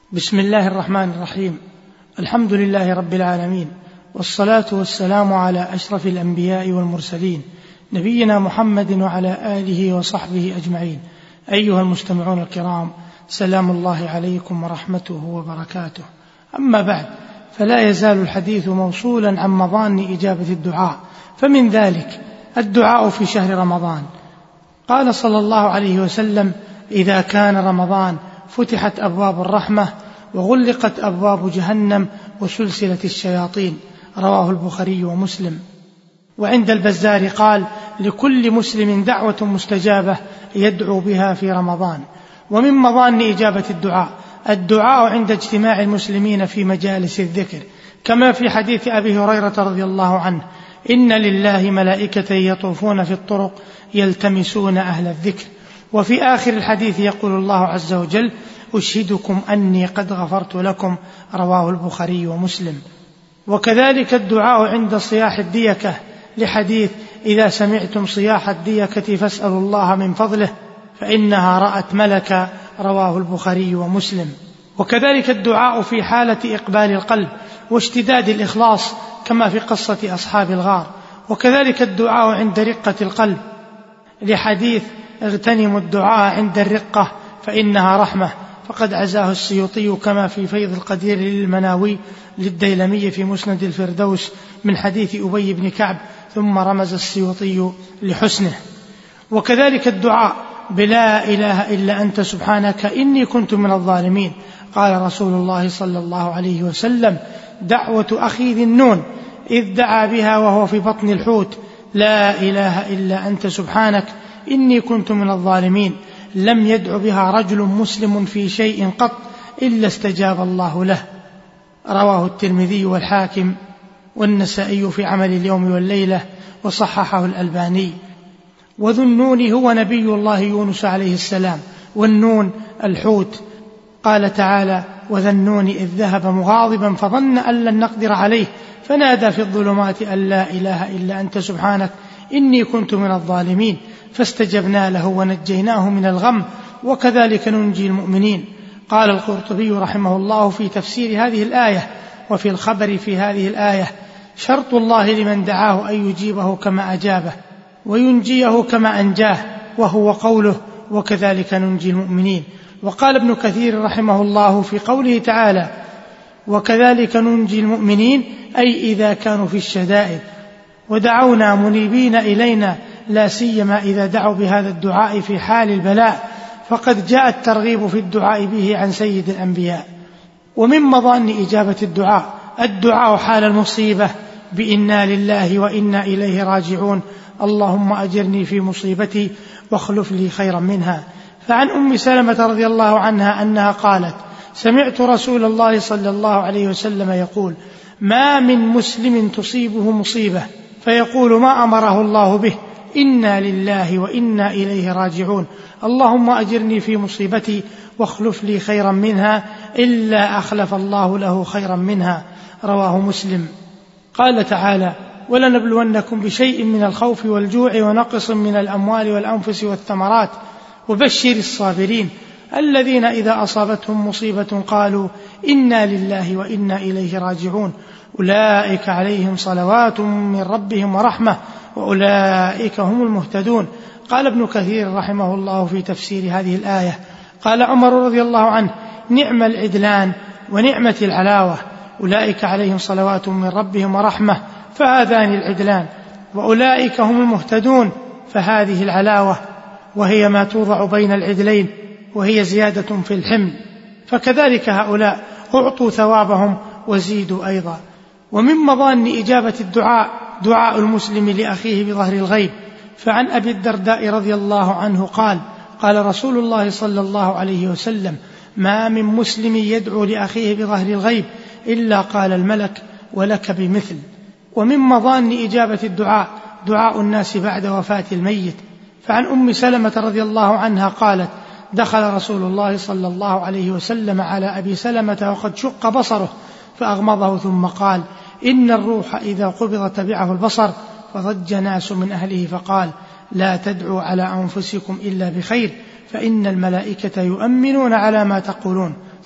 بسم الله الرحمن الرحيم. الحمد لله رب العالمين، والصلاة والسلام على أشرف الأنبياء والمرسلين، نبينا محمد وعلى آله وصحبه أجمعين. أيها المستمعون الكرام، سلام الله عليكم ورحمته وبركاته. أما بعد، فلا يزال الحديث موصولا عن مظان إجابة الدعاء، فمن ذلك الدعاء في شهر رمضان. قال صلى الله عليه وسلم: إذا كان رمضان فتحت أبواب الرحمة وغلقت أبواب جهنم وسلسلة الشياطين. رواه البخاري ومسلم. وعند البزار قال: لكل مسلم دعوة مستجابة يدعو بها في رمضان. ومن مظان إجابة الدعاء عند اجتماع المسلمين في مجالس الذكر، كما في حديث أبي هريرة رضي الله عنه: إن لله ملائكة يطوفون في الطرق يلتمسون أهل الذكر. وفي آخر الحديث يقول الله عز وجل: أشهدكم أني قد غفرت لكم. رواه البخاري ومسلم. وكذلك الدعاء عند صياح الديكة، لحديث: إذا سمعتم صياح الديكة فاسألوا الله من فضله فإنها رأت ملكا. رواه البخاري ومسلم. وكذلك الدعاء في حالة إقبال القلب واشتداد الإخلاص، كما في قصة أصحاب الغار. وكذلك الدعاء عند رقة القلب، لحديث: اغتنموا الدعاء عند الرقة فإنها رحمة. فقد عزاه السيوطي كما في فيض القدير للمناوي للديلمي في مسند الفردوس من حديث أبي بن كعب، ثم رمز السيوطي لحسنه. وكذلك الدعاء بلا إله إلا أنت سبحانك إني كنت من الظالمين. قال رسول الله صلى الله عليه وسلم: دعوة أخي ذي النون إذ دعا بها وهو في بطن الحوت: لا إله إلا أنت سبحانك إني كنت من الظالمين. لم يدع بها رجل مسلم في شيء قط إلا استجاب الله له. رواه الترمذي والحاكم والنسائي في عمل اليوم والليلة، وصححه الألباني. وذو النون هو نبي الله يونس عليه السلام، والنون الحوت. قال تعالى: وذا النون إذ ذهب مغاضبا فظن أن لن نقدر عليه فنادى في الظلمات أن لا إله إلا أنت سبحانك إني كنت من الظالمين. فاستجبنا له ونجيناه من الغم، وكذلك ننجي المؤمنين. قال القرطبي رحمه الله في تفسير هذه الآية وفي الخبر في هذه الآية: شرط الله لمن دعاه أن يجيبه كما أجابه وينجيه كما أنجاه، وهو قوله: وكذلك ننجي المؤمنين. وقال ابن كثير رحمه الله في قوله تعالى: وكذلك ننجي المؤمنين، أي إذا كانوا في الشدائد ودعونا منيبين إلينا، لا سيما إذا دعوا بهذا الدعاء في حال البلاء، فقد جاء الترغيب في الدعاء به عن سيد الأنبياء. ومن مظان إجابة الدعاء حال المصيبة بإنا لله وإنا إليه راجعون. اللهم أجرني في مصيبتي واخلف لي خيرا منها. فعن أم سلمة رضي الله عنها أنها قالت: سمعت رسول الله صلى الله عليه وسلم يقول: ما من مسلم تصيبه مصيبة فيقول ما أمره الله به إنا لله وإنا إليه راجعون، اللهم أجرني في مصيبتي واخلف لي خيرا منها، إلا أخلف الله له خيرا منها. رواه مسلم. قال تعالى: ولنبلونكم بشيء من الخوف والجوع ونقص من الأموال والأنفس والثمرات وبشر الصابرين الذين إذا أصابتهم مصيبة قالوا إنا لله وإنا إليه راجعون، أولئك عليهم صلوات من ربهم ورحمة وأولئك هم المهتدون. قال ابن كثير رحمه الله في تفسير هذه الآية: قال عمر رضي الله عنه: نعم العدلان ونعمة العلاوة، أولئك عليهم صلوات من ربهم ورحمة، فهذان العدلان، وأولئك هم المهتدون، فهذه العلاوة، وهي ما توضع بين العدلين، وهي زيادة في الحمل. فكذلك هؤلاء أعطوا ثوابهم وزيدوا أيضا. ومن مظان إجابة دعاء المسلم لأخيه بظهر الغيب. فعن أبي الدرداء رضي الله عنه قال رسول الله صلى الله عليه وسلم: ما من مسلم يدعو لأخيه بظهر الغيب إلا قال الملك: ولك بمثل. ومن مظان إجابة دعاء الناس بعد وفاة الميت. فعن أم سلمة رضي الله عنها قالت: دخل رسول الله صلى الله عليه وسلم على أبي سلمة وقد شق بصره فأغمضه، ثم قال: إن الروح إذا قبض تبعه البصر. فضج ناس من أهله فقال: لا تدعوا على أنفسكم إلا بخير، فإن الملائكة يؤمنون على ما تقولون.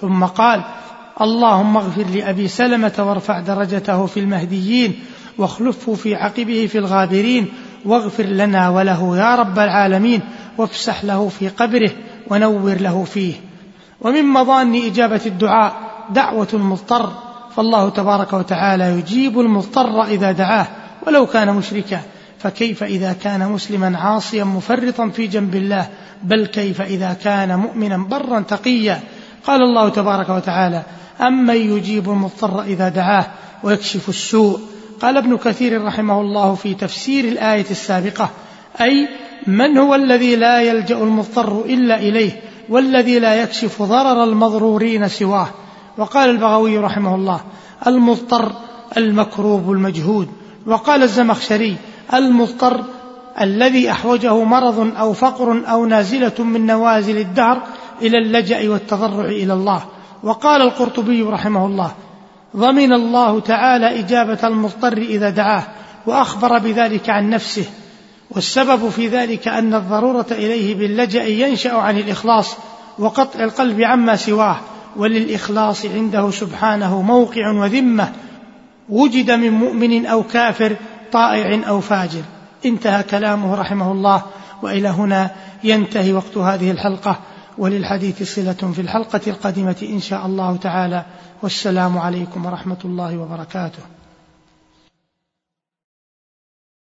ثم قال: اللهم اغفر لأبي سلمة وارفع درجته في المهديين واخلفه في عقبه في الغابرين، واغفر لنا وله يا رب العالمين، وافسح له في قبره ونور له فيه. ومن مظان إجابة الدعاء دعوة المضطر، فالله تبارك وتعالى يجيب المضطر إذا دعاه ولو كان مشركا، فكيف إذا كان مسلما عاصيا مفرطا في جنب الله، بل كيف إذا كان مؤمنا برا تقيا. قال الله تبارك وتعالى: أمن يجيب المضطر إذا دعاه ويكشف السوء. قال ابن كثير رحمه الله في تفسير الآية السابقة: أي من هو الذي لا يلجأ المضطر إلا إليه، والذي لا يكشف ضرر المضرورين سواه. وقال البغوي رحمه الله: المضطر المكروب المجهود. وقال الزمخشري: المضطر الذي أحوجه مرض أو فقر أو نازلة من نوازل الدهر إلى اللجأ والتضرع إلى الله. وقال القرطبي رحمه الله: ضمن الله تعالى إجابة المضطر إذا دعاه، وأخبر بذلك عن نفسه، والسبب في ذلك أن الضرورة إليه باللجأ ينشأ عن الإخلاص وقطع القلب عما سواه، وللإخلاص عنده سبحانه موقع وذمة، وجد من مؤمن أو كافر، طائع أو فاجر. انتهى كلامه رحمه الله. وإلى هنا ينتهي وقت هذه الحلقة، وللحديث صلة في الحلقة القادمة إن شاء الله تعالى. والسلام عليكم ورحمة الله وبركاته.